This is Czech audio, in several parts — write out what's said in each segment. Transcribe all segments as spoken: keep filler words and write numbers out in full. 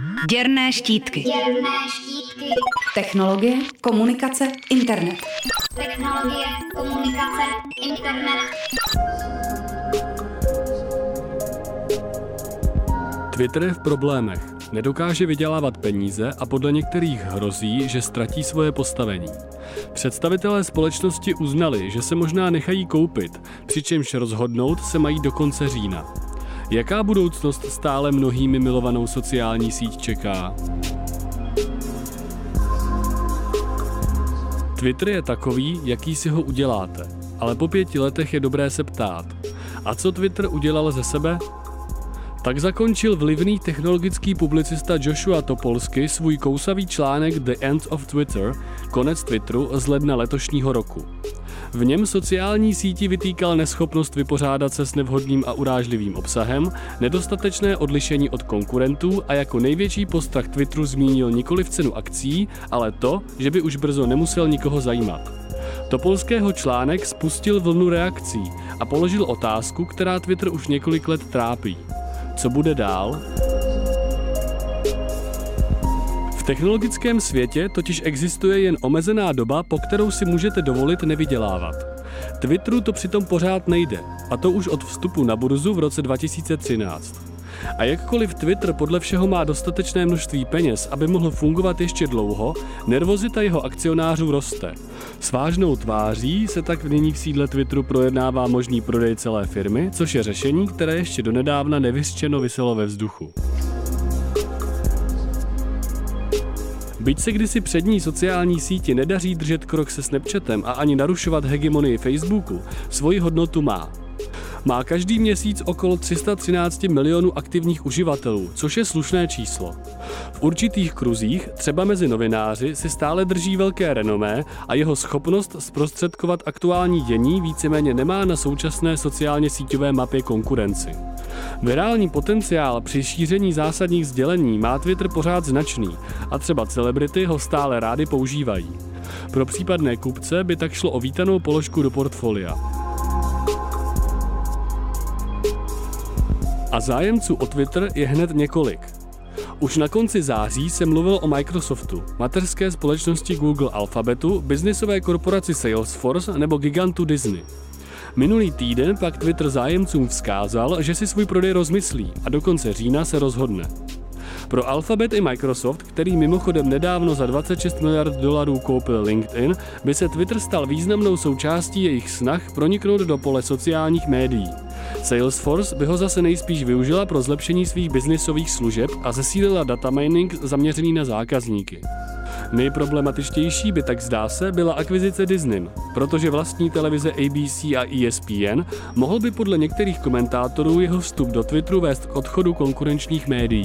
Děrné štítky. Děrné štítky. Technologie, komunikace, internet. Technologie, komunikace, internet. Twitter je v problémech. Nedokáže vydělávat peníze a podle některých hrozí, že ztratí svoje postavení. Představitelé společnosti uznali, že se možná nechají koupit, přičemž rozhodnout se mají do konce října. Jaká budoucnost stále mnohými milovanou sociální síť čeká? Twitter je takový, jaký si ho uděláte, ale po pěti letech je dobré se ptát. A co Twitter udělal ze sebe? Tak zakončil vlivný technologický publicista Joshua Topolsky svůj kousavý článek The End of Twitter, konec Twitteru z ledna letošního roku. V něm sociální síti vytýkal neschopnost vypořádat se s nevhodným a urážlivým obsahem, nedostatečné odlišení od konkurentů a jako největší postrach Twitteru zmínil nikoli v cenu akcí, ale to, že by už brzo nemusel nikoho zajímat. Topolského článek spustil vlnu reakcí a položil otázku, která Twitter už několik let trápí. Co bude dál? V technologickém světě totiž existuje jen omezená doba, po kterou si můžete dovolit nevydělávat. Twitteru to přitom pořád nejde, a to už od vstupu na burzu v roce dva tisíce třináct. A jakkoliv Twitter podle všeho má dostatečné množství peněz, aby mohl fungovat ještě dlouho, nervozita jeho akcionářů roste. S vážnou tváří se tak nyní v sídle Twitteru projednává možný prodej celé firmy, což je řešení, které ještě donedávna nevyřčeno viselo ve vzduchu. Byť se kdysi přední sociální síti nedaří držet krok se Snapchatem a ani narušovat hegemonii Facebooku, svoji hodnotu má. Má každý měsíc okolo tři sta třináct milionů aktivních uživatelů, což je slušné číslo. V určitých kruzích, třeba mezi novináři, si stále drží velké renomé a jeho schopnost zprostředkovat aktuální dění víceméně nemá na současné sociálně síťové mapě konkurenci. Virální potenciál při šíření zásadních sdělení má Twitter pořád značný a třeba celebrity ho stále rády používají. Pro případné kupce by tak šlo o vítanou položku do portfolia. A zájemců o Twitter je hned několik. Už na konci září se mluvilo o Microsoftu, mateřské společnosti Google Alphabetu, biznisové korporaci Salesforce nebo gigantu Disney. Minulý týden pak Twitter zájemcům vzkázal, že si svůj prodej rozmyslí a do konce října se rozhodne. Pro Alphabet i Microsoft, který mimochodem nedávno za dvacet šest miliard dolarů koupil LinkedIn, by se Twitter stal významnou součástí jejich snah proniknout do pole sociálních médií. Salesforce by ho zase nejspíš využila pro zlepšení svých biznisových služeb a zesílila data mining zaměřený na zákazníky. Nejproblematičtější by, tak zdá se, byla akvizice Disney, protože vlastní televize A B C a E S P N mohl by podle některých komentátorů jeho vstup do Twitteru vést k odchodu konkurenčních médií.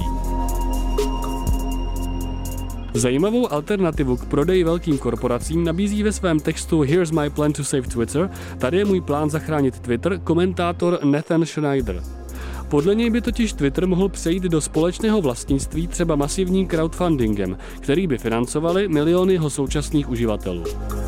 Zajímavou alternativu k prodeji velkým korporacím nabízí ve svém textu Here's my plan to save Twitter, tady je můj plán zachránit Twitter, komentátor Nathan Schneider. Podle něj by totiž Twitter mohl přejít do společného vlastnictví třeba masivním crowdfundingem, který by financovali miliony jeho současných uživatelů.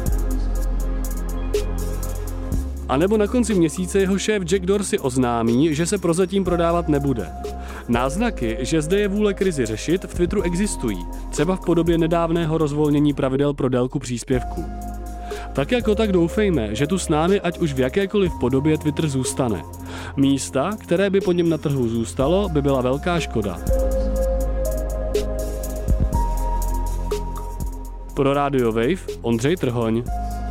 A nebo na konci měsíce jeho šéf Jack Dorsey oznámí, že se prozatím prodávat nebude. Náznaky, že zde je vůle krizi řešit, v Twitteru existují, třeba v podobě nedávného rozvolnění pravidel pro délku příspěvků. Tak jako tak doufejme, že tu s námi ať už v jakékoliv podobě Twitter zůstane. Místa, které by po něm na trhu zůstalo, by byla velká škoda. Pro Radio Wave Ondřej Trhoň.